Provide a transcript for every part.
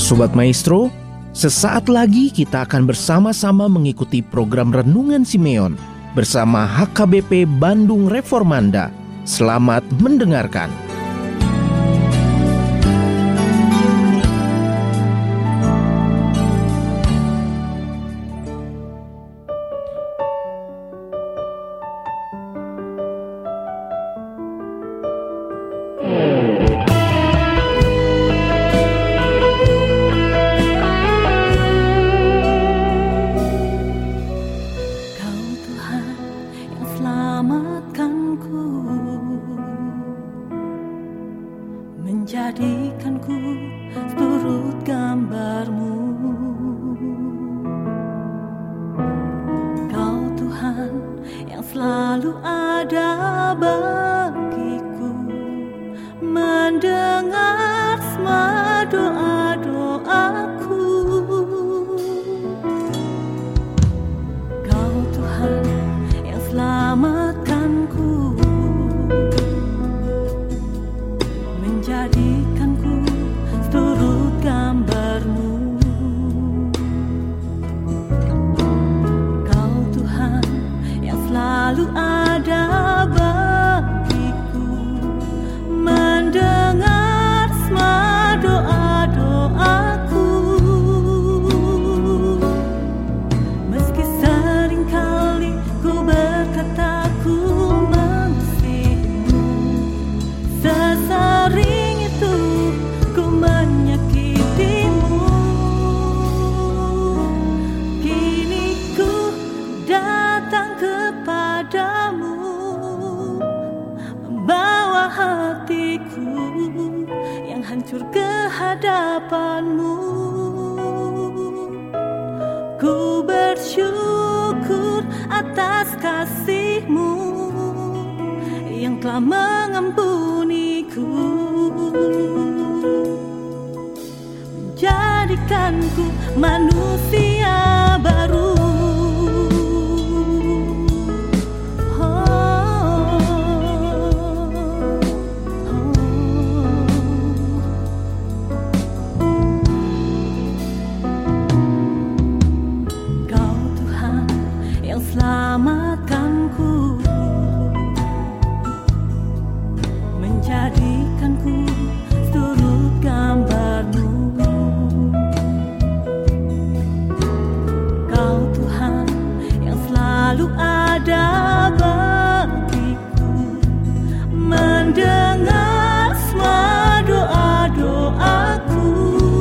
Sobat Maestro, sesaat lagi kita akan bersama-sama mengikuti program Renungan Simeon bersama HKBP Bandung Reformanda. Selamat mendengarkan. Menjadikanku turut gambar-Mu. Kau Tuhan yang selalu ada bagiku, mendengar semua doa-doaku. Kau Tuhan yang selamatkanku, menjadikanku turut gambar-Mu. Kau Tuhan yang selalu ada bagiku, mendengar semua doa-doaku. Meski seringkali ku berkata ku mengasihi-Mu, sesering itu ku menyakiti-Mu. Kini ku datang kepadamu, membawa hatiku yang hancur ke hadapan-Mu. Ku bersyukur atas kasih-Mu yang telah mengampuniku, menjadikanku manusia baru. Kau Tuhan yang selamatkanku, menjadikanku turut gambar-Mu. Kau Tuhan yang selalu ada bagiku, mendengar semua doa-doaku.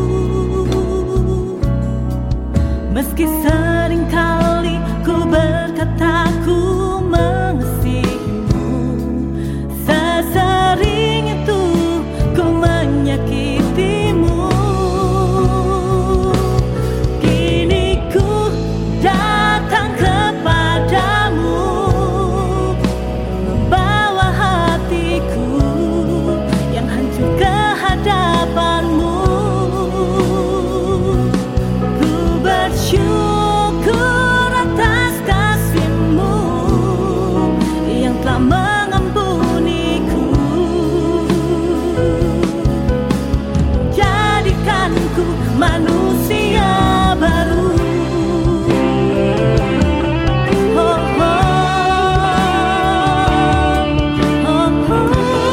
Meski seringkali ku berkata ku mengasihi-Mu, sesering itu ku menyakiti-Mu. Kini ku datang kepadamu, membawa hatiku yang hancur ke hadapan-Mu. Ku bersyukur atas kasih-Mu yang telah mengampuniku, menjadikanku manusia baru. Oh, oh, oh, oh.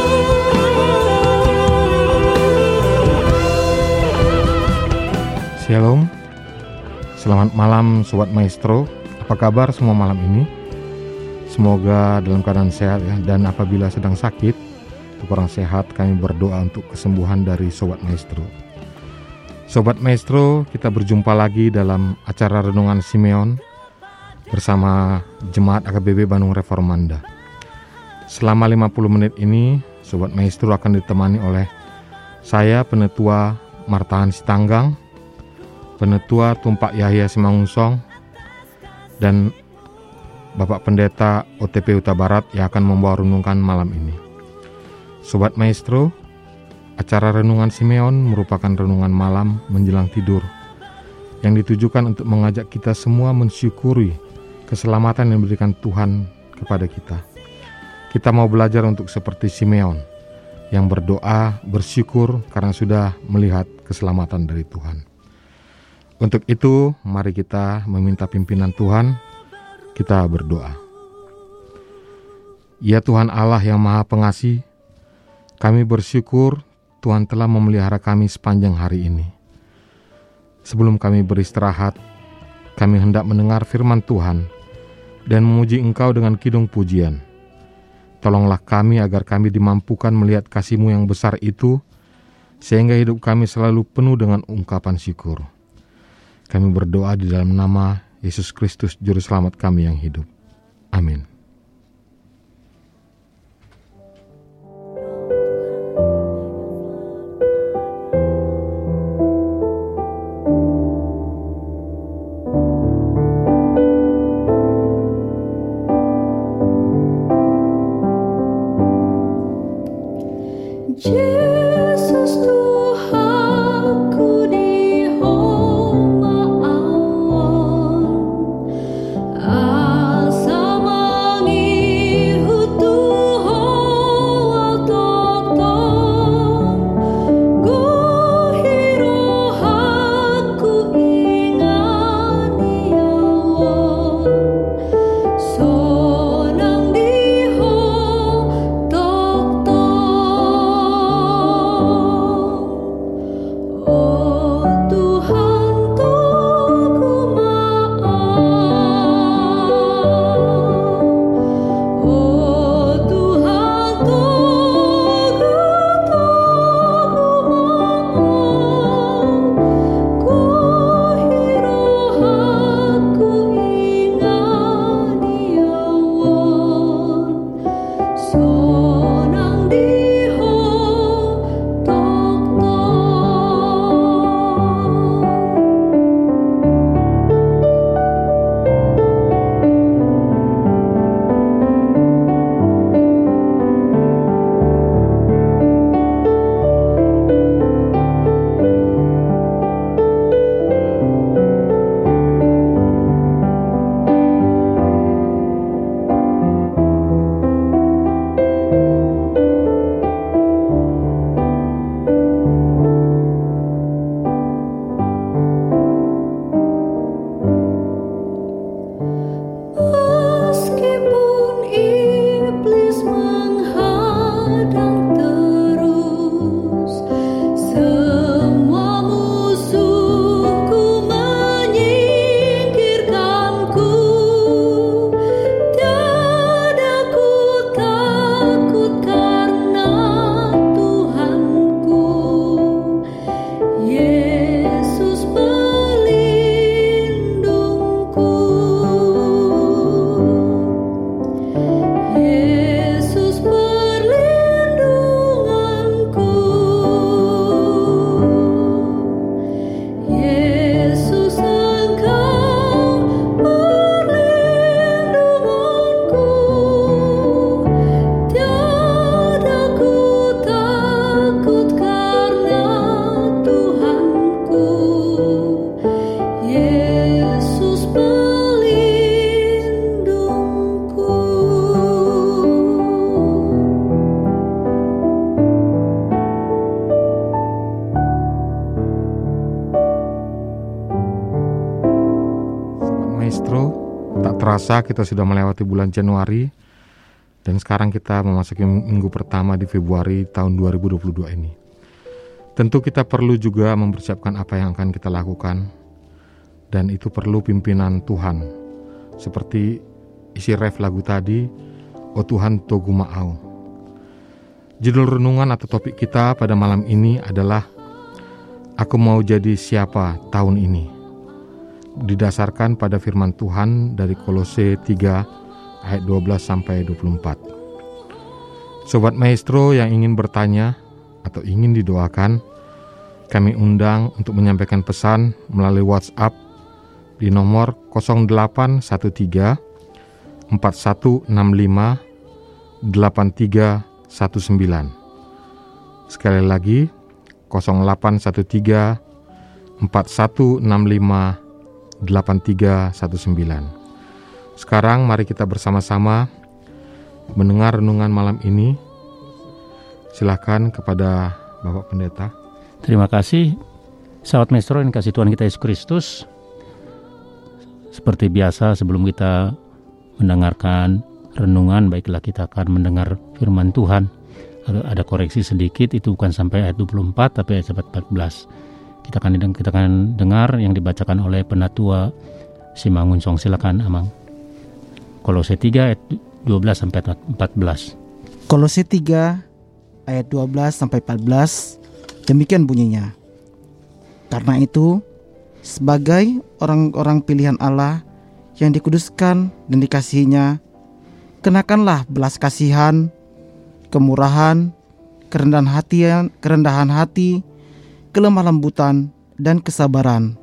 Shalom, selamat malam Sobat Maestro. Apa kabar semua malam ini? Semoga dalam keadaan sehat ya. Dan apabila sedang sakit atau kurang sehat, kami berdoa untuk kesembuhan dari Sobat Maestro. Sobat Maestro, kita berjumpa lagi dalam acara Renungan Simeon bersama Jemaat HKBP Bandung Reformanda. Selama 50 menit ini, Sobat Maestro akan ditemani oleh saya, Penetua Martahan Sitanggang, Penetua Tumpak Yahya Simangunsong, dan Bapak Pendeta OTP Huta Barat yang akan membawa renungan malam ini. Sobat Maestro, acara Renungan Simeon merupakan renungan malam menjelang tidur yang ditujukan untuk mengajak kita semua mensyukuri keselamatan yang diberikan Tuhan kepada kita. Kita mau belajar untuk seperti Simeon yang berdoa, bersyukur karena sudah melihat keselamatan dari Tuhan. Untuk itu, mari kita meminta pimpinan Tuhan, kita berdoa. Ya Tuhan Allah yang Maha Pengasih, kami bersyukur Tuhan telah memelihara kami sepanjang hari ini. Sebelum kami beristirahat, kami hendak mendengar firman Tuhan dan memuji Engkau dengan kidung pujian. Tolonglah kami agar kami dimampukan melihat kasih-Mu yang besar itu, sehingga hidup kami selalu penuh dengan ungkapan syukur. Kami berdoa di dalam nama Yesus Kristus, Juru Selamat kami yang hidup. Amin. Yesus Tuhanku di homa awan, asa mangihut Tuhan tok-tok, gohiro aku ingani awan, sonang di tok-tok. Oh Tuhan Tuku maaf, oh Tuhan Tuku maaf, kuhiro aku ingani awan, sonang di tok-tok. Meskipun iblis menghadang terus, semua musuhku menyingkirkanku, tiada ku takut karena Tuhanku, Yesus pelindungku. Yesus perlindunganku, Yesus Engkau perlindunganku, tiada ku takut karena Tuhanku, Yesus pelindungku. Sobat Maestro, tak terasa kita sudah melewati bulan Januari dan sekarang kita memasuki minggu pertama di Februari tahun 2022 ini. Tentu kita perlu juga mempersiapkan apa yang akan kita lakukan, dan itu perlu pimpinan Tuhan. Seperti isi ref lagu tadi, O Tuhan Togu Ma'au. Judul renungan atau topik kita pada malam ini adalah Aku mau jadi siapa tahun ini, didasarkan pada firman Tuhan dari Kolose 3 ayat 12 sampai 24. Sobat Maestro yang ingin bertanya atau ingin didoakan, kami undang untuk menyampaikan pesan melalui WhatsApp di nomor 0813 4165 8319. Sekali lagi 0813 4165 8319. Sekarang mari kita bersama-sama mendengar renungan malam ini. Silakan kepada Bapak Pendeta. Terima kasih. Sahabat Maestro yang kasih Tuhan kita Yesus Kristus. Seperti biasa sebelum kita mendengarkan renungan, baiklah kita akan mendengar firman Tuhan. Ada koreksi sedikit, itu bukan sampai ayat 24 tapi ayat 14. Kita akan dengar yang dibacakan oleh Penatua Simangun Song. Silakan Amang. Kolose 3 ayat 12 sampai 14. Kolose 3 ayat 12 sampai 14, demikian bunyinya. Karena itu, sebagai orang-orang pilihan Allah yang dikuduskan dan dikasihinya, kenakanlah belas kasihan, kemurahan, kerendahan hati, kelemah lembutan, dan kesabaran.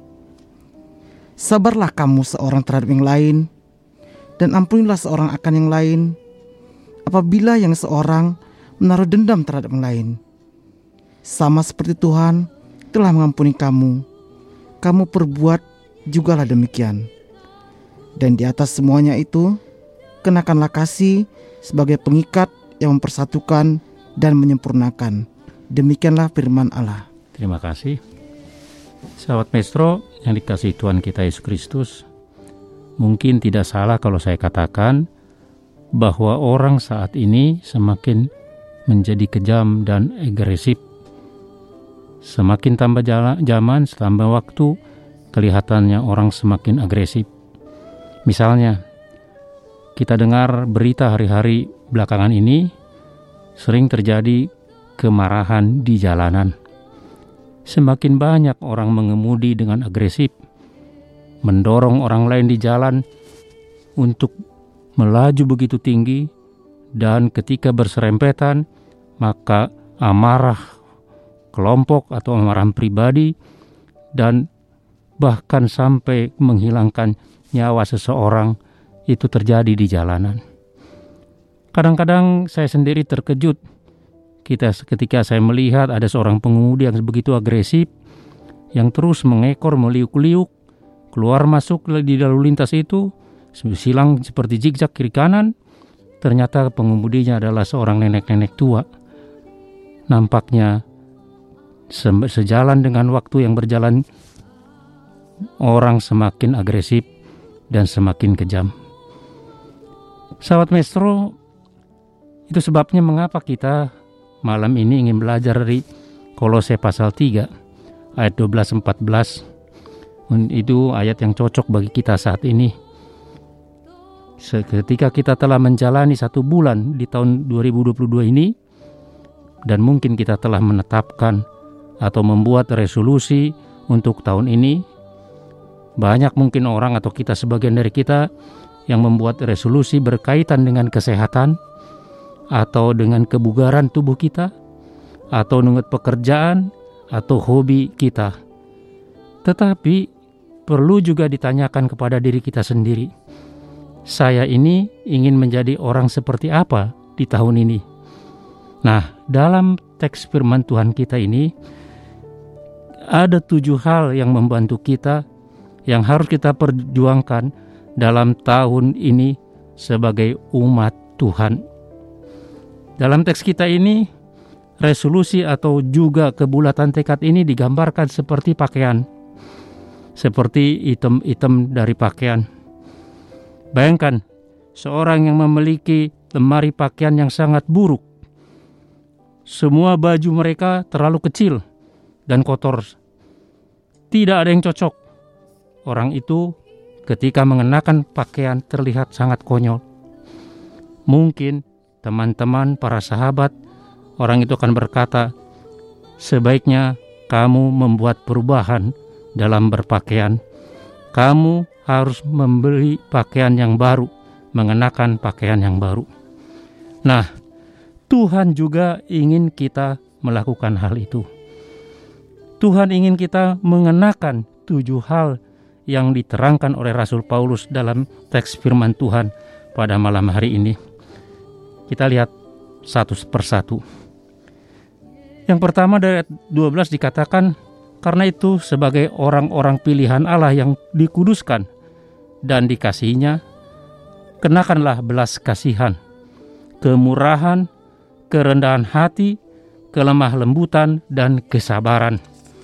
Sabarlah kamu seorang terhadap yang lain, dan ampunilah seorang akan yang lain, apabila yang seorang menaruh dendam terhadap yang lain. Sama seperti Tuhan telah mengampuni kamu, kamu perbuat jugalah demikian. Dan di atas semuanya itu, kenakanlah kasih sebagai pengikat yang mempersatukan dan menyempurnakan. Demikianlah firman Allah. Terima kasih. Sahabat Maestro yang dikasihi Tuhan kita Yesus Kristus, mungkin tidak salah kalau saya katakan bahwa orang saat ini semakin menjadi kejam dan agresif. Semakin tambah zaman, tambah waktu, kelihatannya orang semakin agresif. Misalnya, kita dengar berita hari-hari belakangan ini, sering terjadi kemarahan di jalanan. Semakin banyak orang mengemudi dengan agresif, mendorong orang lain di jalan untuk melaju begitu tinggi, dan ketika berserempetan, maka amarah kelompok atau amarah pribadi dan bahkan sampai menghilangkan nyawa seseorang itu terjadi di jalanan. Kadang-kadang saya sendiri terkejut ketika saya melihat ada seorang pengemudi yang begitu agresif, yang terus mengekor meliuk-liuk, keluar masuk di lalu lintas itu, silang seperti zigzag kiri kanan. Ternyata pengemudinya adalah seorang nenek-nenek tua. Nampaknya sejalan dengan waktu yang berjalan, orang semakin agresif dan semakin kejam. Sahabat Maestro, itu sebabnya mengapa kita malam ini ingin belajar dari Kolose pasal 3 ayat 12-14. Itu ayat yang cocok bagi kita saat ini. Ketika kita telah menjalani 1 bulan di tahun 2022 ini, dan mungkin kita telah menetapkan atau membuat resolusi untuk tahun ini, banyak mungkin orang atau kita sebagian dari kita yang membuat resolusi berkaitan dengan kesehatan, atau dengan kebugaran tubuh kita, atau dengan pekerjaan, atau hobi kita. Tetapi perlu juga ditanyakan kepada diri kita sendiri, saya ini ingin menjadi orang seperti apa di tahun ini? Nah, dalam teks firman Tuhan kita ini, ada 7 hal yang membantu kita, yang harus kita perjuangkan dalam tahun ini sebagai umat Tuhan. Dalam teks kita ini, resolusi atau juga kebulatan tekad ini digambarkan seperti pakaian, seperti item-item dari pakaian. Bayangkan, seorang yang memiliki lemari pakaian yang sangat buruk. Semua baju mereka terlalu kecil dan kotor. Tidak ada yang cocok. Orang itu ketika mengenakan pakaian terlihat sangat konyol. Mungkin teman-teman, para sahabat, orang itu akan berkata, sebaiknya kamu membuat perubahan dalam berpakaian. Kamu harus membeli pakaian yang baru, mengenakan pakaian yang baru. Nah, Tuhan juga ingin kita melakukan hal itu. Tuhan ingin kita mengenakan 7 hal yang diterangkan oleh Rasul Paulus dalam teks firman Tuhan pada malam hari ini. Kita lihat satu persatu. Yang pertama dari ayat 12 dikatakan, karena itu sebagai orang-orang pilihan Allah yang dikuduskan dan dikasihinya, kenakanlah belas kasihan, kemurahan, kerendahan hati, kelemah lembutan, dan kesabaran.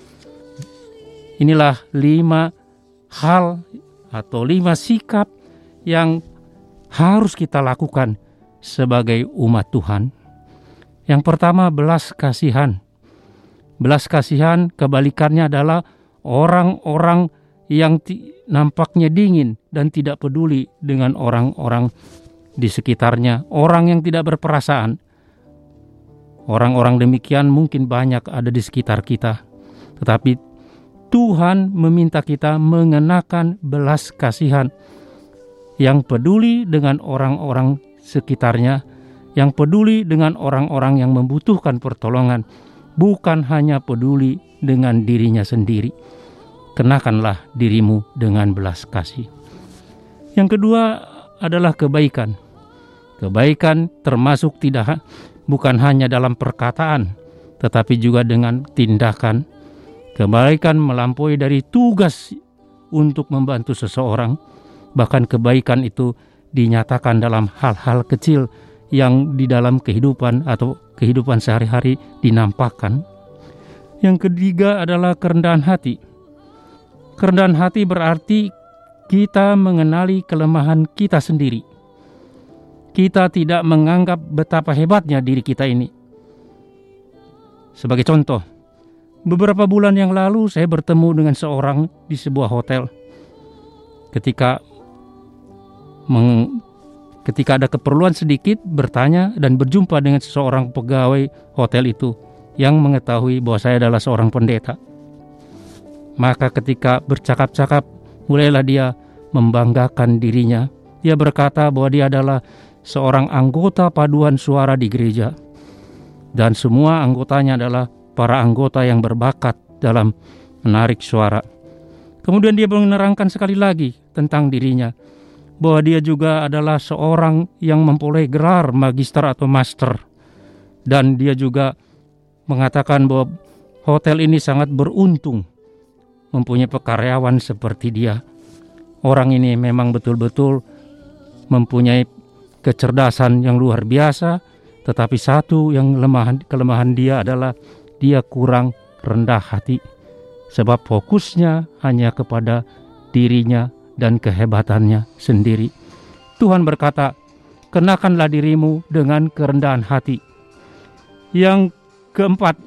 Inilah 5 hal atau 5 sikap yang harus kita lakukan sebagai umat Tuhan. Yang pertama, belas kasihan. Belas kasihan kebalikannya adalah orang-orang yang nampaknya dingin dan tidak peduli dengan orang-orang di sekitarnya, orang yang tidak berperasaan. Orang-orang demikian mungkin banyak ada di sekitar kita, tetapi Tuhan meminta kita mengenakan belas kasihan, yang peduli dengan orang-orang sekitarnya, yang peduli dengan orang-orang yang membutuhkan pertolongan, bukan hanya peduli dengan dirinya sendiri. Kenakanlah dirimu dengan belas kasih. Yang kedua adalah kebaikan. Kebaikan termasuk bukan hanya dalam perkataan, tetapi juga dengan tindakan. Kebaikan melampaui dari tugas untuk membantu seseorang. Bahkan kebaikan itu dinyatakan dalam hal-hal kecil yang di dalam kehidupan atau kehidupan sehari-hari dinampakkan. Yang ketiga adalah kerendahan hati. Kerendahan hati berarti kita mengenali kelemahan kita sendiri. Kita tidak menganggap betapa hebatnya diri kita ini. Sebagai contoh, beberapa bulan yang lalu saya bertemu dengan seorang di sebuah hotel. Ketika ada keperluan sedikit, bertanya dan berjumpa dengan seseorang pegawai hotel itu yang mengetahui bahwa saya adalah seorang pendeta. Maka ketika bercakap-cakap, mulailah dia membanggakan dirinya. Dia berkata bahwa dia adalah seorang anggota paduan suara di gereja. Dan semua anggotanya adalah para anggota yang berbakat dalam menarik suara. Kemudian dia menerangkan sekali lagi tentang dirinya, bahwa dia juga adalah seorang yang memperoleh gelar magister atau master. Dan dia juga mengatakan bahwa hotel ini sangat beruntung mempunyai pekaryawan seperti dia. Orang ini memang betul-betul mempunyai kecerdasan yang luar biasa, tetapi satu yang kelemahan dia adalah dia kurang rendah hati, sebab fokusnya hanya kepada dirinya dan kehebatannya sendiri. Tuhan berkata, kenakanlah dirimu dengan kerendahan hati. Yang keempat,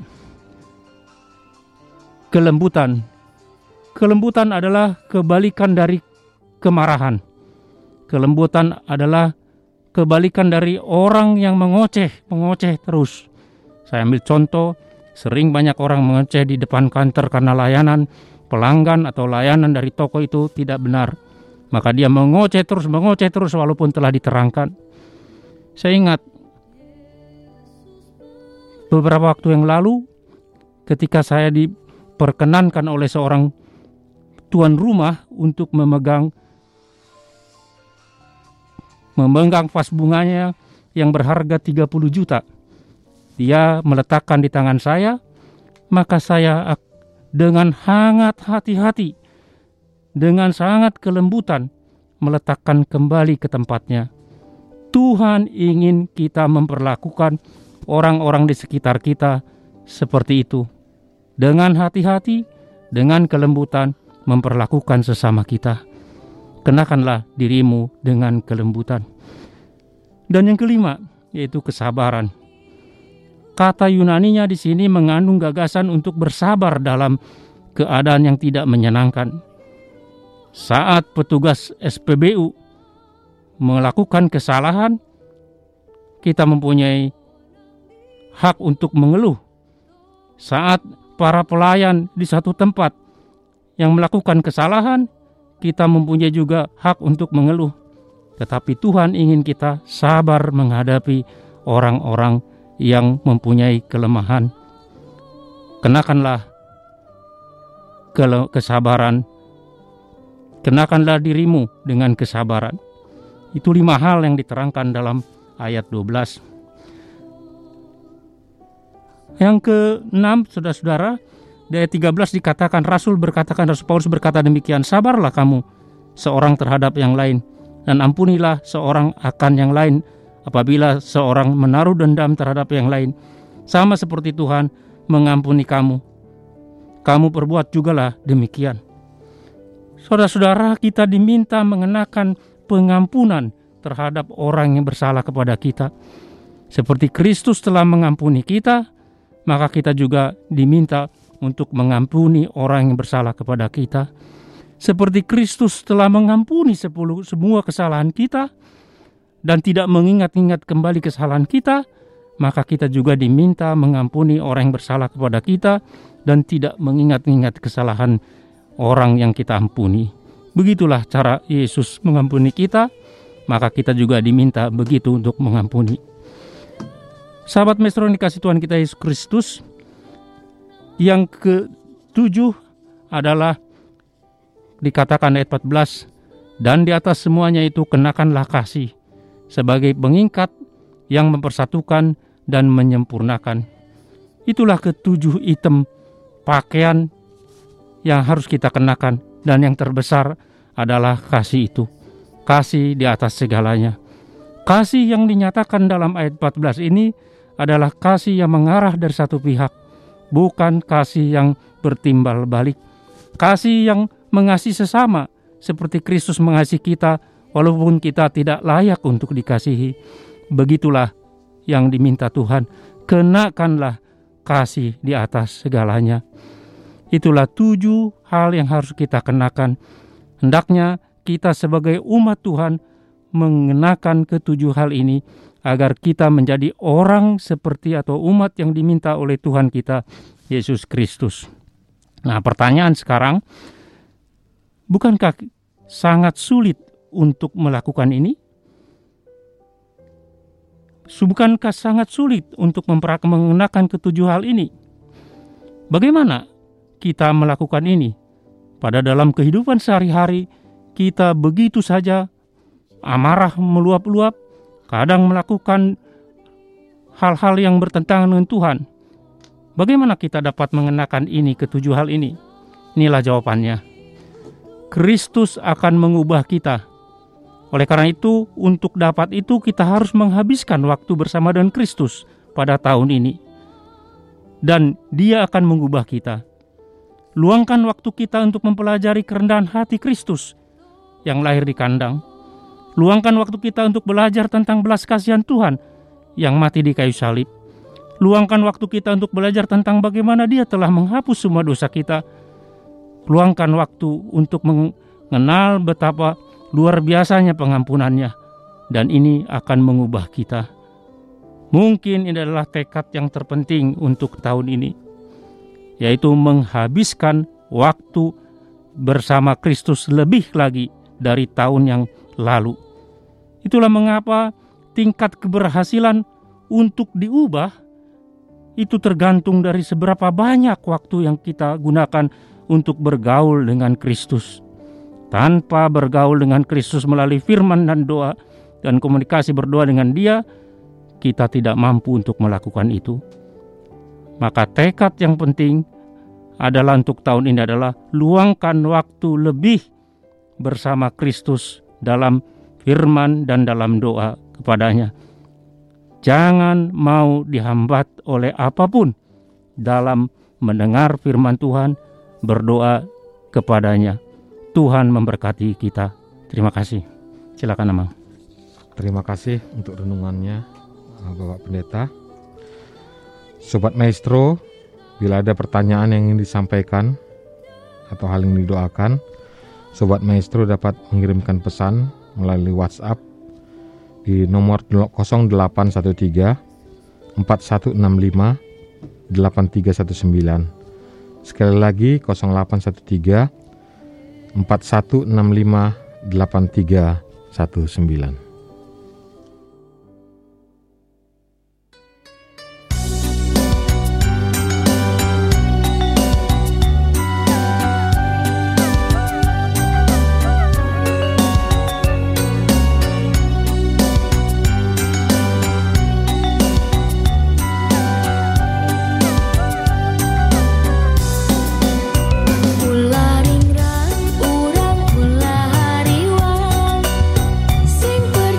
kelembutan. Kelembutan adalah kebalikan dari kemarahan. Kelembutan adalah kebalikan dari orang yang mengoceh terus. Saya ambil contoh, sering banyak orang mengoceh di depan kantor karena layanan pelanggan atau layanan dari toko itu tidak benar. Maka dia mengoceh terus walaupun telah diterangkan. Saya ingat beberapa waktu yang lalu ketika saya diperkenankan oleh seorang tuan rumah untuk memegang vas bunganya yang berharga 30 juta. Dia meletakkan di tangan saya, maka saya dengan hangat hati-hati, dengan sangat kelembutan meletakkan kembali ke tempatnya. Tuhan ingin kita memperlakukan orang-orang di sekitar kita seperti itu. Dengan hati-hati, dengan kelembutan memperlakukan sesama kita. Kenakanlah dirimu dengan kelembutan. Dan yang kelima, yaitu kesabaran. Kata Yunaninya di sini mengandung gagasan untuk bersabar dalam keadaan yang tidak menyenangkan. Saat petugas SPBU melakukan kesalahan, kita mempunyai hak untuk mengeluh. Saat para pelayan di satu tempat yang melakukan kesalahan, kita mempunyai juga hak untuk mengeluh. Tetapi Tuhan ingin kita sabar menghadapi orang-orang yang mempunyai kelemahan. Kenakanlah kesabaran. Kenakanlah dirimu dengan kesabaran. Itu 5 hal yang diterangkan dalam ayat 12. Yang ke-6, saudara-saudara, di ayat 13 dikatakan, Rasul Paulus berkata demikian, sabarlah kamu seorang terhadap yang lain, dan ampunilah seorang akan yang lain apabila seorang menaruh dendam terhadap yang lain. sama seperti Tuhan mengampuni kamu. Kamu perbuat jugalah demikian. Saudara-saudara, kita diminta mengenakan pengampunan terhadap orang yang bersalah kepada kita. Seperti Kristus telah mengampuni kita, maka kita juga diminta untuk mengampuni orang yang bersalah kepada kita. Seperti Kristus telah mengampuni semua kesalahan kita dan tidak mengingat-ingat kembali kesalahan kita, maka kita juga diminta mengampuni orang yang bersalah kepada kita dan tidak mengingat-ingat kesalahan orang yang kita ampuni. Begitulah cara Yesus mengampuni kita, maka kita juga diminta begitu untuk mengampuni. Sahabat Maestro yang dikasih Tuhan kita Yesus Kristus, yang ke-7 adalah dikatakan ayat 14, dan di atas semuanya itu kenakanlah kasih sebagai pengingkat yang mempersatukan dan menyempurnakan. Itulah ke-7 item pakaian yang harus kita kenakan, dan yang terbesar adalah kasih itu. Kasih di atas segalanya. Kasih yang dinyatakan dalam ayat 14 ini adalah kasih yang mengarah dari satu pihak, bukan kasih yang bertimbal balik. Kasih yang mengasihi sesama seperti Kristus mengasihi kita walaupun kita tidak layak untuk dikasihi. Begitulah yang diminta Tuhan. Kenakanlah kasih di atas segalanya. Itulah 7 hal yang harus kita kenakan. Hendaknya kita sebagai umat Tuhan mengenakan ke-7 hal ini agar kita menjadi orang seperti atau umat yang diminta oleh Tuhan kita Yesus Kristus. Nah, pertanyaan sekarang, bukankah sangat sulit untuk melakukan ini? Bukankah sangat sulit untuk mengenakan ke-7 hal ini? Bagaimana kita melakukan ini? Pada dalam kehidupan sehari-hari, kita begitu saja amarah meluap-luap, kadang melakukan hal-hal yang bertentangan dengan Tuhan. Bagaimana kita dapat mengenakan ini ke-7 hal ini? Inilah jawabannya. Kristus akan mengubah kita. Oleh karena itu, untuk dapat itu kita harus menghabiskan waktu bersama dengan Kristus pada tahun ini. Dan Dia akan mengubah kita. Luangkan waktu kita untuk mempelajari kerendahan hati Kristus yang lahir di kandang. Luangkan waktu kita untuk belajar tentang belas kasihan Tuhan yang mati di kayu salib. Luangkan waktu kita untuk belajar tentang bagaimana Dia telah menghapus semua dosa kita. Luangkan waktu untuk mengenal betapa luar biasanya pengampunannya, dan ini akan mengubah kita. Mungkin ini adalah tekad yang terpenting untuk tahun ini, yaitu menghabiskan waktu bersama Kristus lebih lagi dari tahun yang lalu. Itulah mengapa tingkat keberhasilan untuk diubah itu tergantung dari seberapa banyak waktu yang kita gunakan untuk bergaul dengan Kristus. Tanpa bergaul dengan Kristus melalui firman dan doa dan komunikasi berdoa dengan Dia, kita tidak mampu untuk melakukan itu. Maka tekad yang penting adalah untuk tahun ini adalah luangkan waktu lebih bersama Kristus dalam firman dan dalam doa kepadanya. Jangan mau dihambat oleh apapun dalam mendengar firman Tuhan, berdoa kepadanya. Tuhan memberkati kita. Terima kasih. Silakan Amang. Terima kasih untuk renungannya Bapak Pendeta. Sobat Maestro, bila ada pertanyaan yang ingin disampaikan atau hal yang didoakan, Sobat Maestro dapat mengirimkan pesan melalui WhatsApp di nomor 0813 4165 8319. Sekali lagi 0813 4165 8319. Urang ulah hariwang sing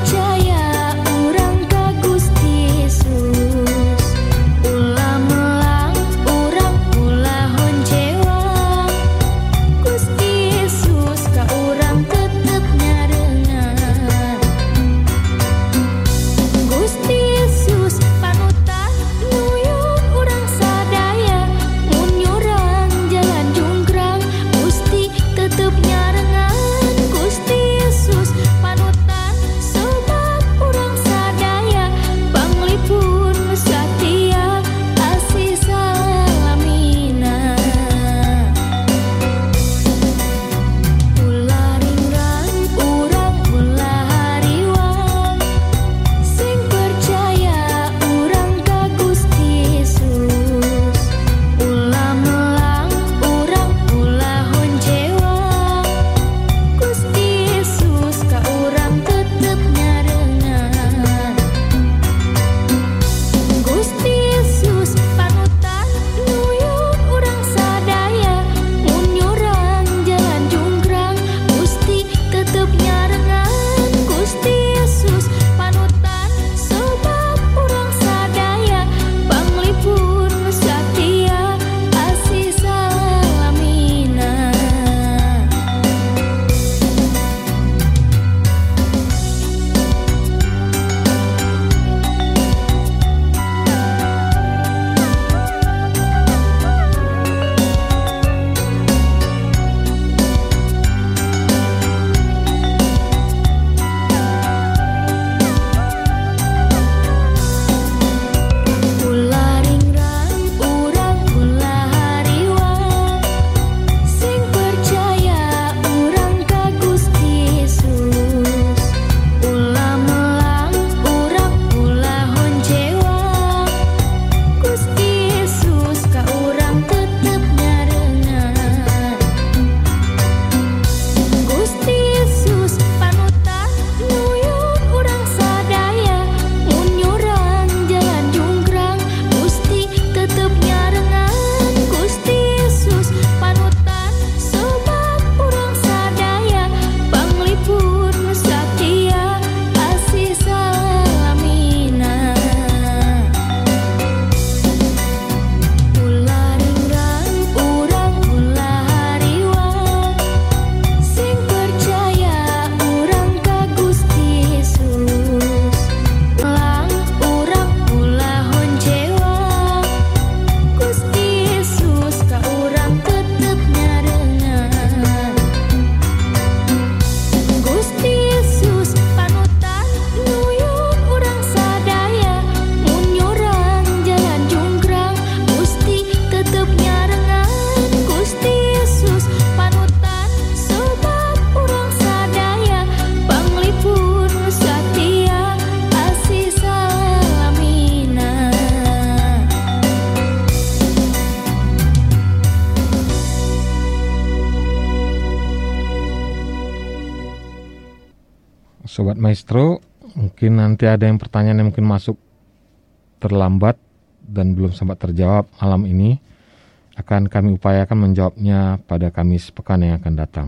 Sobat Maestro, mungkin nanti ada yang pertanyaan yang mungkin masuk terlambat dan belum sempat terjawab malam ini, akan kami upayakan menjawabnya pada Kamis pekan yang akan datang.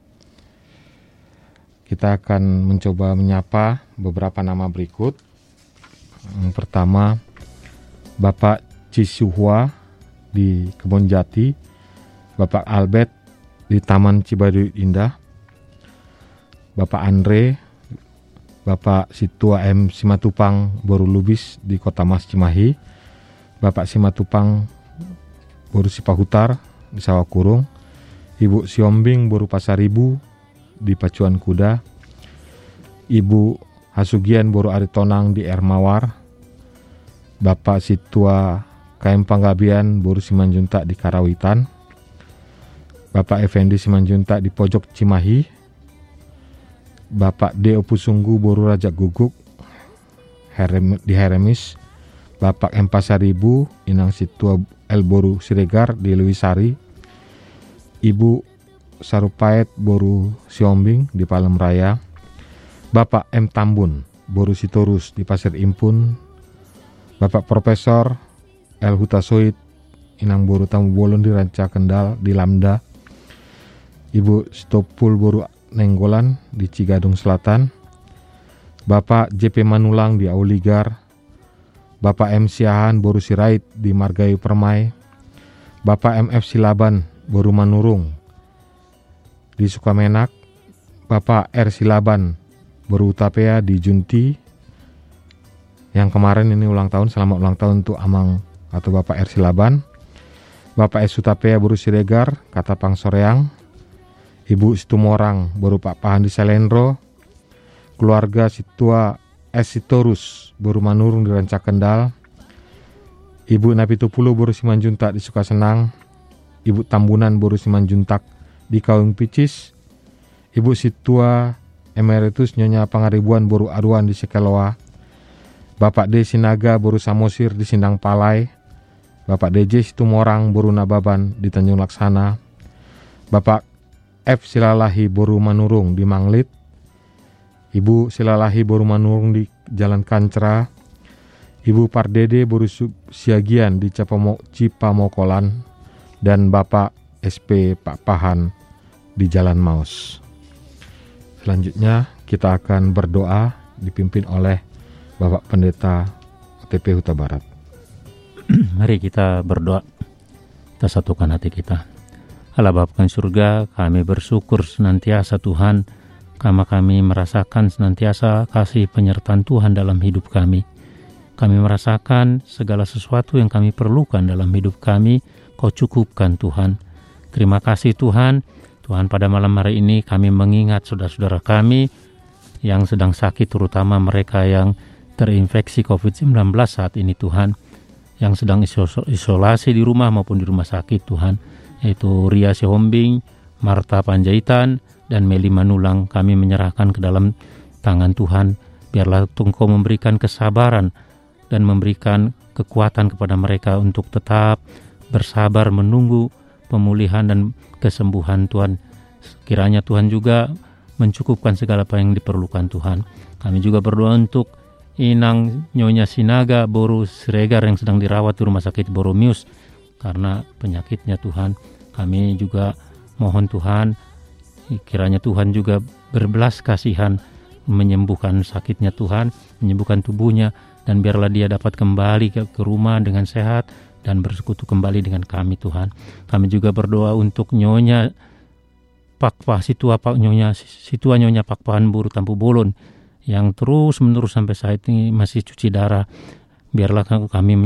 Kita akan mencoba menyapa beberapa nama berikut. Yang pertama, Bapak Cisuhua di Kebon Jati, Bapak Albert di Taman Cibaduyut Indah, Bapak Andre, Bapak Situa M. Simatupang Boru Lubis di Kota Mas Cimahi, Bapak Simatupang Boru Sipahutar di Sawakurung, Ibu Siombing Boru Pasaribu di Pacuan Kuda, Ibu Hasugian Boru Aritonang di Ermawar, Bapak Situa KM Panggabian Boru Simanjuntak di Karawitan, Bapak Effendi Simanjuntak di Pojok Cimahi, Bapak D. Opusunggu Boru Raja Guguk di Heremis, Bapak M. Pasaribu Inang Situa El Boru Siregar di Lewisari, Ibu Sarupait Boru Siombing di Palem Raya, Bapak M. Tambun Boru Sitorus di Pasir Impun, Bapak Profesor El Hutasoid Inang Boru Tamu Bolon di Ranca Kendal di Lamda, Ibu Stopul Boru Nenggolan di Cigadung Selatan, Bapak JP Manulang di Auligar, Bapak M. Siahan Boru Sirait di Margayu Permai, Bapak MF Silaban Boru Manurung di Sukamenak, Bapak R. Silaban Boru Utapea di Junti, yang kemarin ini ulang tahun, selamat ulang tahun untuk Amang atau Bapak R. Silaban, Bapak S. Utapea Boru Siregar, Katapang Soreang, Ibu Situmorang Boru Pak Pahan di Selendro, keluarga Situa S. Sitorus Boru Manurung di Ranca Kendal, Ibu Napitupulo Boru Simanjuntak di Sukasenang, Ibu Tambunan Boru Simanjuntak di Kaung Picis, Ibu Situa Emeritus Nyonya Pangaribuan Boru Aruan di Sekeloa, Bapak D. Sinaga Boru Samosir di Sindang Palai, Bapak DJ Situmorang Boru Nababan di Tanjung Laksana, Bapak F. Silalahi Boru Manurung di Manglit, Ibu Silalahi Boru Manurung di Jalan Kancra, Ibu Pardede Boru Siagian di Cipamokolan, dan Bapak SP Pak Pahan di Jalan Maus. Selanjutnya kita akan berdoa dipimpin oleh Bapak Pendeta TP Huta Barat. Mari kita berdoa. Kita satukan hati kita. Allah Bapa di surga, kami bersyukur senantiasa Tuhan, karena kami merasakan senantiasa kasih penyertaan Tuhan dalam hidup kami. Kami merasakan segala sesuatu yang kami perlukan dalam hidup kami, Kau cukupkan Tuhan. Terima kasih Tuhan. Tuhan, pada malam hari ini kami mengingat saudara-saudara kami yang sedang sakit, terutama mereka yang terinfeksi COVID-19 saat ini Tuhan, yang sedang isolasi di rumah maupun di rumah sakit Tuhan, yaitu Ria Sihombing, Marta Panjaitan, dan Meli Manulang. Kami menyerahkan ke dalam tangan Tuhan. Biarlah Engkau memberikan kesabaran dan memberikan kekuatan kepada mereka untuk tetap bersabar menunggu pemulihan dan kesembuhan Tuhan. Kiranya Tuhan juga mencukupkan segala apa yang diperlukan Tuhan. Kami juga berdoa untuk Inang Nyonya Sinaga Boru Siregar yang sedang dirawat di Rumah Sakit Boromius karena penyakitnya Tuhan. Kami juga mohon Tuhan, kiranya Tuhan juga berbelas kasihan menyembuhkan sakitnya Tuhan, menyembuhkan tubuhnya, dan biarlah dia dapat kembali ke rumah dengan sehat dan bersekutu kembali dengan kami Tuhan. Kami juga berdoa untuk Nyonya Pakpah Situa Nyonya Pakpahan Boru Tampu Bolon yang terus menerus sampai saat ini masih cuci darah. Biarlah kami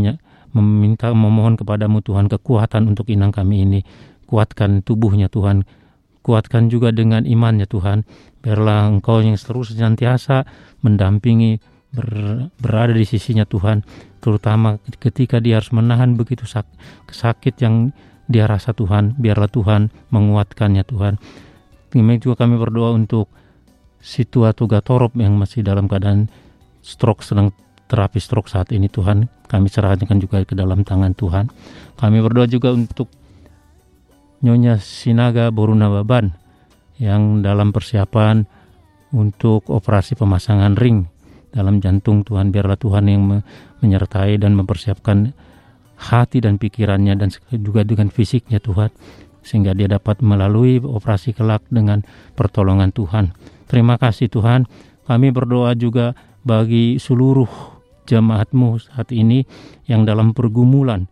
memohon kepadamu Tuhan kekuatan untuk inang kami ini. Kuatkan tubuhnya Tuhan, kuatkan juga dengan imannya Tuhan. Biarlah Engkau yang terus senantiasa mendampingi, berada di sisinya Tuhan, terutama ketika dia harus menahan begitu sakit yang dia rasa Tuhan. Biarlah Tuhan menguatkannya Tuhan. Demikian juga kami berdoa untuk Situa Tuga Torop yang masih dalam keadaan stroke, sedang terapi stroke saat ini Tuhan. Kami serahkan juga ke dalam tangan Tuhan. Kami berdoa juga untuk Nyonya Sinaga Boru Nababan yang dalam persiapan untuk operasi pemasangan ring dalam jantung Tuhan. Biarlah Tuhan yang menyertai dan mempersiapkan hati dan pikirannya dan juga dengan fisiknya Tuhan, sehingga dia dapat melalui operasi kelak dengan pertolongan Tuhan. Terima kasih Tuhan. Kami berdoa juga bagi seluruh jemaat-Mu saat ini yang dalam pergumulan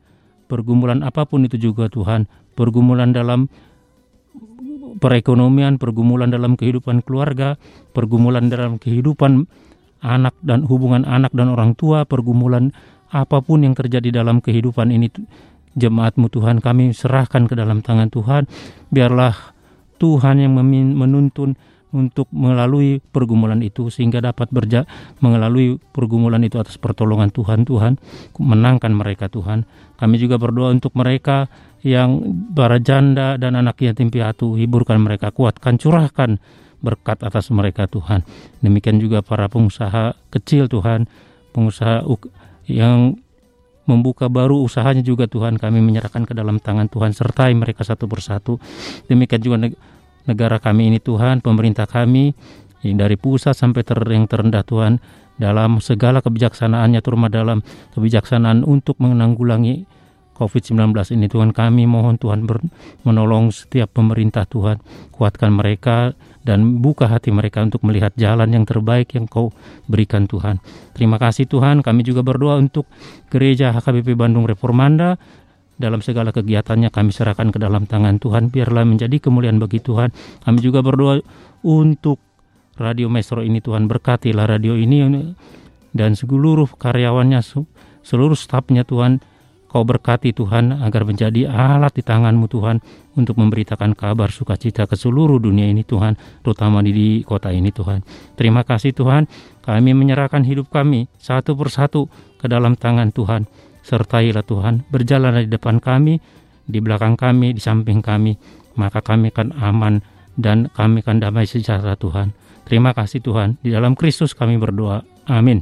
apapun itu juga Tuhan, pergumulan dalam perekonomian, pergumulan dalam kehidupan keluarga, pergumulan dalam kehidupan anak dan hubungan anak dan orang tua, pergumulan apapun yang terjadi dalam kehidupan ini, jemaat-Mu Tuhan, kami serahkan ke dalam tangan Tuhan. Biarlah Tuhan yang menuntun untuk melalui pergumulan itu, sehingga dapat melalui pergumulan itu atas pertolongan Tuhan. Tuhan, menangkan mereka Tuhan. Kami juga berdoa untuk mereka yang para janda dan anak yatim piatu, hiburkan mereka, kuatkan, curahkan berkat atas mereka Tuhan. Demikian juga para pengusaha kecil Tuhan, pengusaha yang membuka baru usahanya juga Tuhan, kami menyerahkan ke dalam tangan Tuhan, sertai mereka satu persatu. Demikian juga negara kami ini Tuhan, pemerintah kami dari pusat sampai yang terendah Tuhan, dalam segala kebijaksanaannya, terutama dalam kebijaksanaan untuk menanggulangi COVID-19 ini Tuhan, kami mohon Tuhan menolong setiap pemerintah Tuhan, kuatkan mereka dan buka hati mereka untuk melihat jalan yang terbaik yang Kau berikan Tuhan. Terima kasih Tuhan. Kami juga berdoa untuk Gereja HKBP Bandung Reformanda. Dalam segala kegiatannya kami serahkan ke dalam tangan Tuhan, biarlah menjadi kemuliaan bagi Tuhan. Kami juga berdoa untuk Radio Maestro ini Tuhan, berkatilah radio ini dan seluruh karyawannya, seluruh stafnya Tuhan. Kau berkati Tuhan agar menjadi alat di tangan-Mu Tuhan untuk memberitakan kabar sukacita ke seluruh dunia ini Tuhan, terutama di kota ini Tuhan. Terima kasih Tuhan, kami menyerahkan hidup kami satu persatu ke dalam tangan Tuhan. Sertailah Tuhan, berjalanlah di depan kami, di belakang kami, di samping kami, maka kami akan aman dan kami akan damai sejahtera Tuhan. Terima kasih Tuhan, di dalam Kristus kami berdoa. Amin.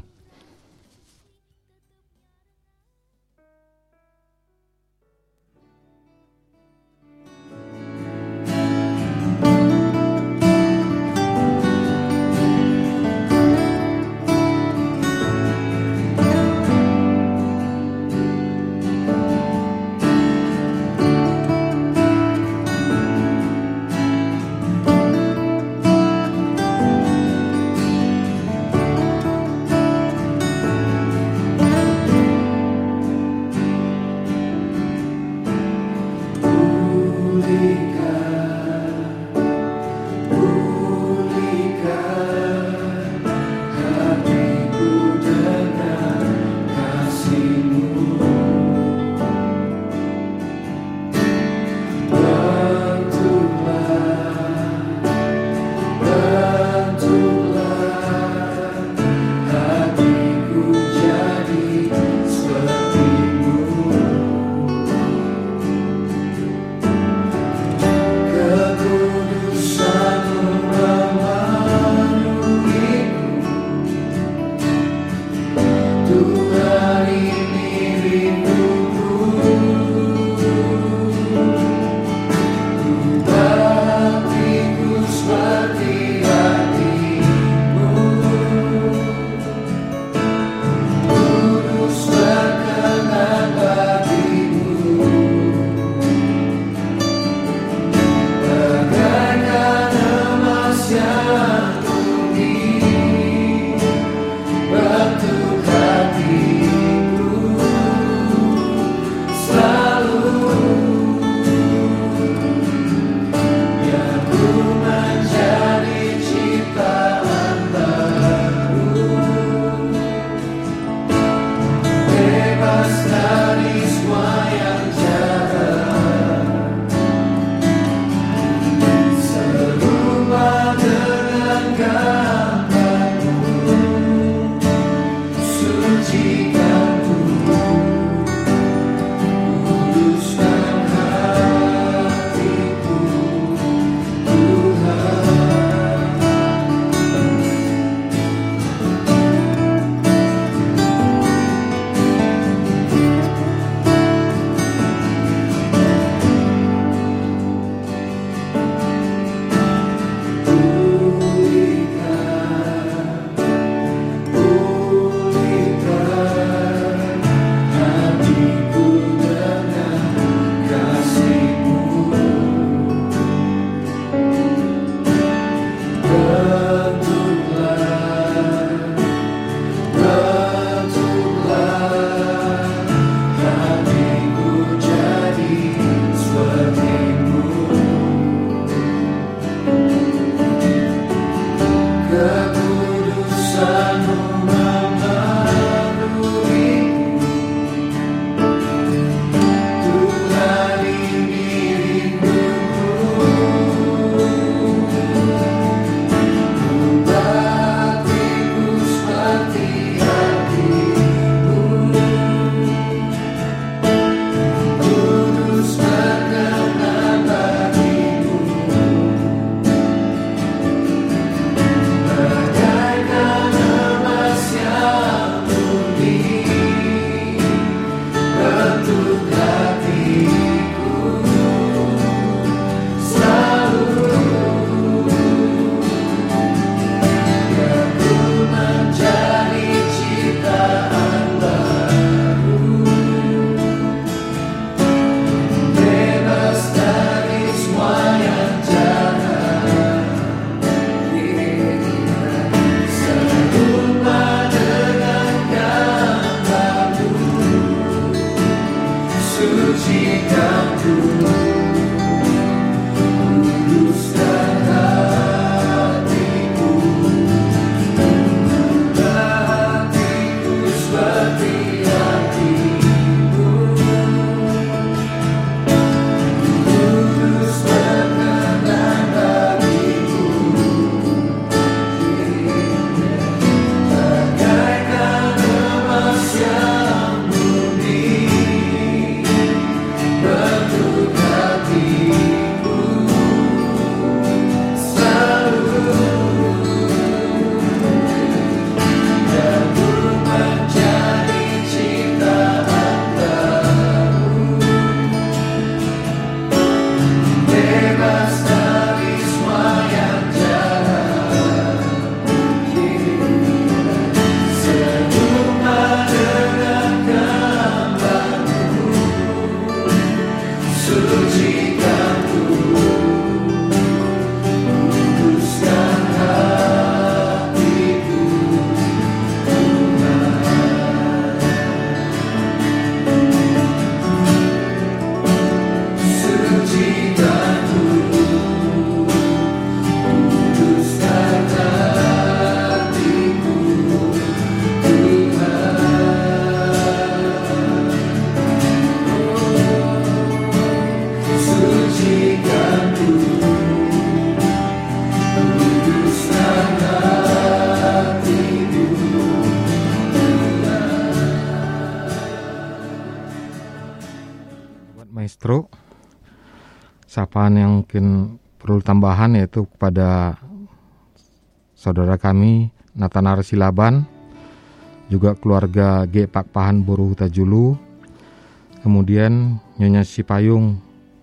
sapaan yang mungkin perlu tambahan yaitu kepada saudara kami Nathanar Silaban, juga keluarga G. Pakpahan Boru Huta Julu, kemudian Nyonya Sipayung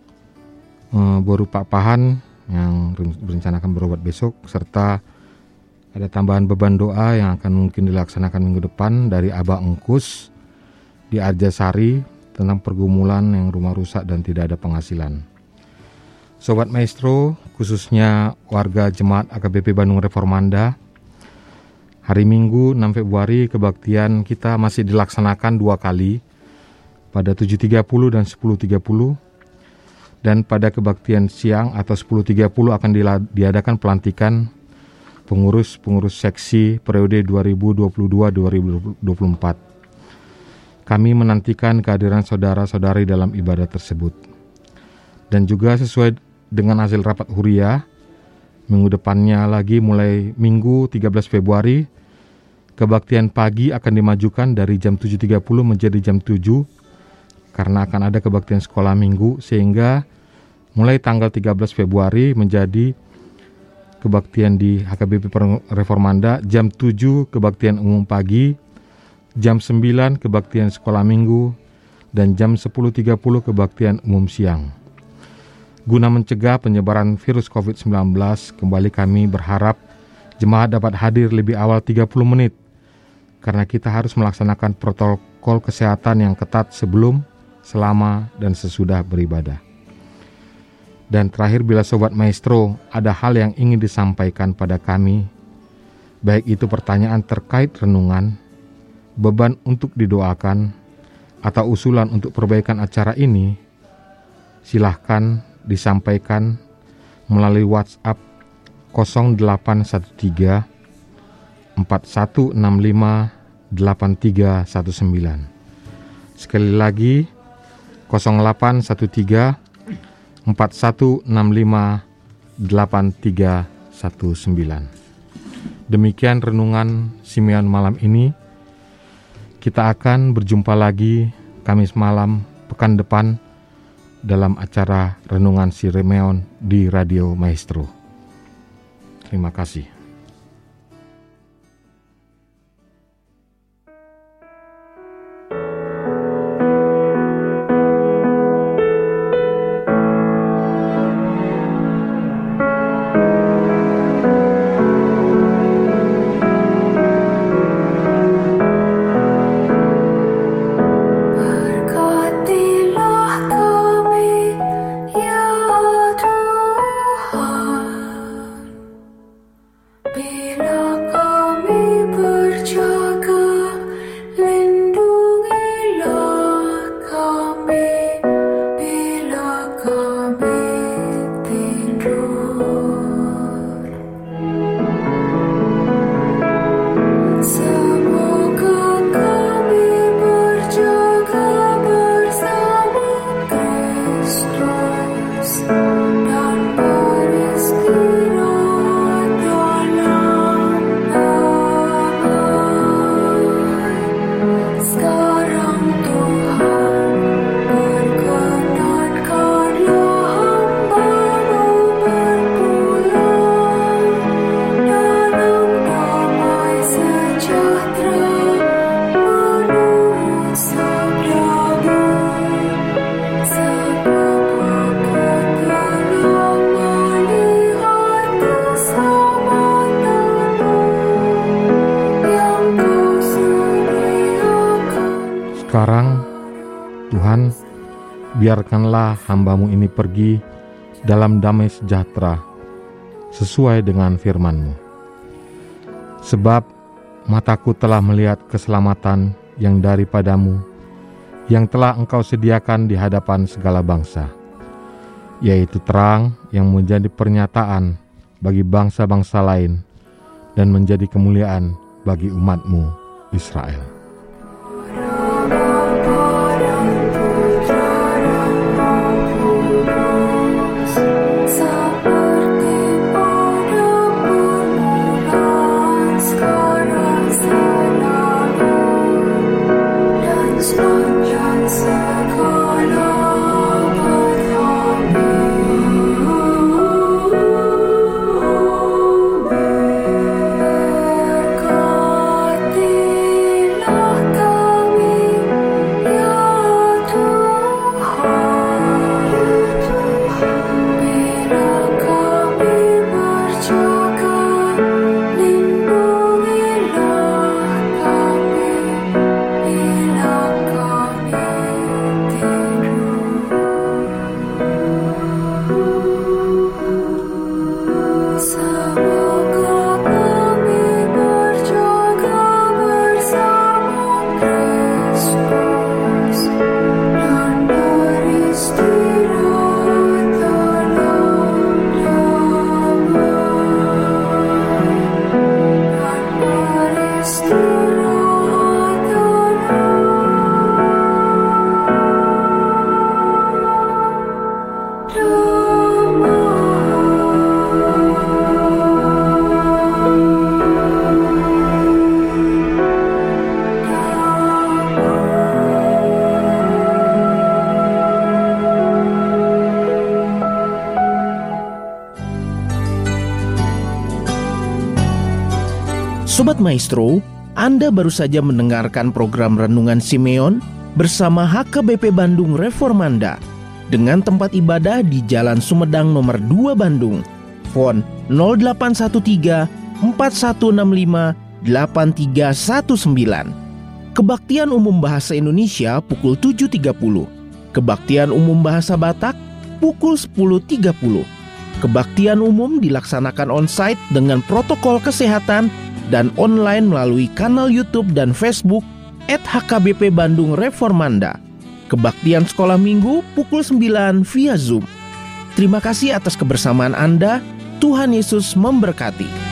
Boru Pakpahan yang berencanakan berobat besok, serta ada tambahan beban doa yang akan mungkin dilaksanakan minggu depan dari Abah Engkus di Arjasari tentang pergumulan yang rumah rusak dan tidak ada penghasilan. Sobat Maestro, khususnya warga Jemaat AKBP Bandung Reformanda, hari Minggu 6 Februari kebaktian kita masih dilaksanakan 2 kali, pada 7.30 dan 10.30. Dan pada kebaktian siang atau 10.30 akan diadakan pelantikan pengurus seksi periode 2022-2024. Kami menantikan kehadiran saudara-saudari dalam ibadah tersebut. Dan juga sesuai dengan hasil rapat Huria, minggu depannya lagi mulai Minggu 13 Februari, kebaktian pagi akan dimajukan dari jam 7.30 menjadi jam 7 karena akan ada kebaktian sekolah minggu, sehingga mulai tanggal 13 Februari menjadi kebaktian di HKBP Reformanda jam 7 kebaktian umum pagi, jam 9 kebaktian sekolah minggu, dan jam 10.30 kebaktian umum siang. Guna mencegah penyebaran virus COVID-19, kembali kami berharap jemaat dapat hadir lebih awal 30 menit karena kita harus melaksanakan protokol kesehatan yang ketat sebelum, selama, dan sesudah beribadah. Dan terakhir, bila Sobat Maestro ada hal yang ingin disampaikan pada kami, baik itu pertanyaan terkait renungan, beban untuk didoakan, atau usulan untuk perbaikan acara ini, silahkan disampaikan melalui WhatsApp 0813 4165 8319. Sekali lagi 0813 4165 8319. Demikian renungan Simeon malam ini. Kita akan berjumpa lagi Kamis malam pekan depan dalam acara Renungan Simeon di Radio Maestro. Terima kasih. Sekarang, Tuhan, biarkanlah hamba-Mu ini pergi dalam damai sejahtera, sesuai dengan firman-Mu. Sebab mataku telah melihat keselamatan yang daripada-Mu, yang telah Engkau sediakan di hadapan segala bangsa, yaitu terang yang menjadi pernyataan bagi bangsa-bangsa lain dan menjadi kemuliaan bagi umat-Mu Israel. Sepanjang segala abad kami Sobat Maestro, Anda baru saja mendengarkan program Renungan Simeon bersama HKBP Bandung Reformanda dengan tempat ibadah di Jalan Sumedang nomor 2 Bandung. Phone 0813 4165 8319. Kebaktian Umum Bahasa Indonesia pukul 7.30. Kebaktian Umum Bahasa Batak pukul 10.30. Kebaktian umum dilaksanakan on-site dengan protokol kesehatan dan online melalui kanal YouTube dan Facebook @HKBP Bandung Reformanda. Kebaktian sekolah minggu pukul 9 via Zoom. Terima kasih atas kebersamaan Anda. Tuhan Yesus memberkati.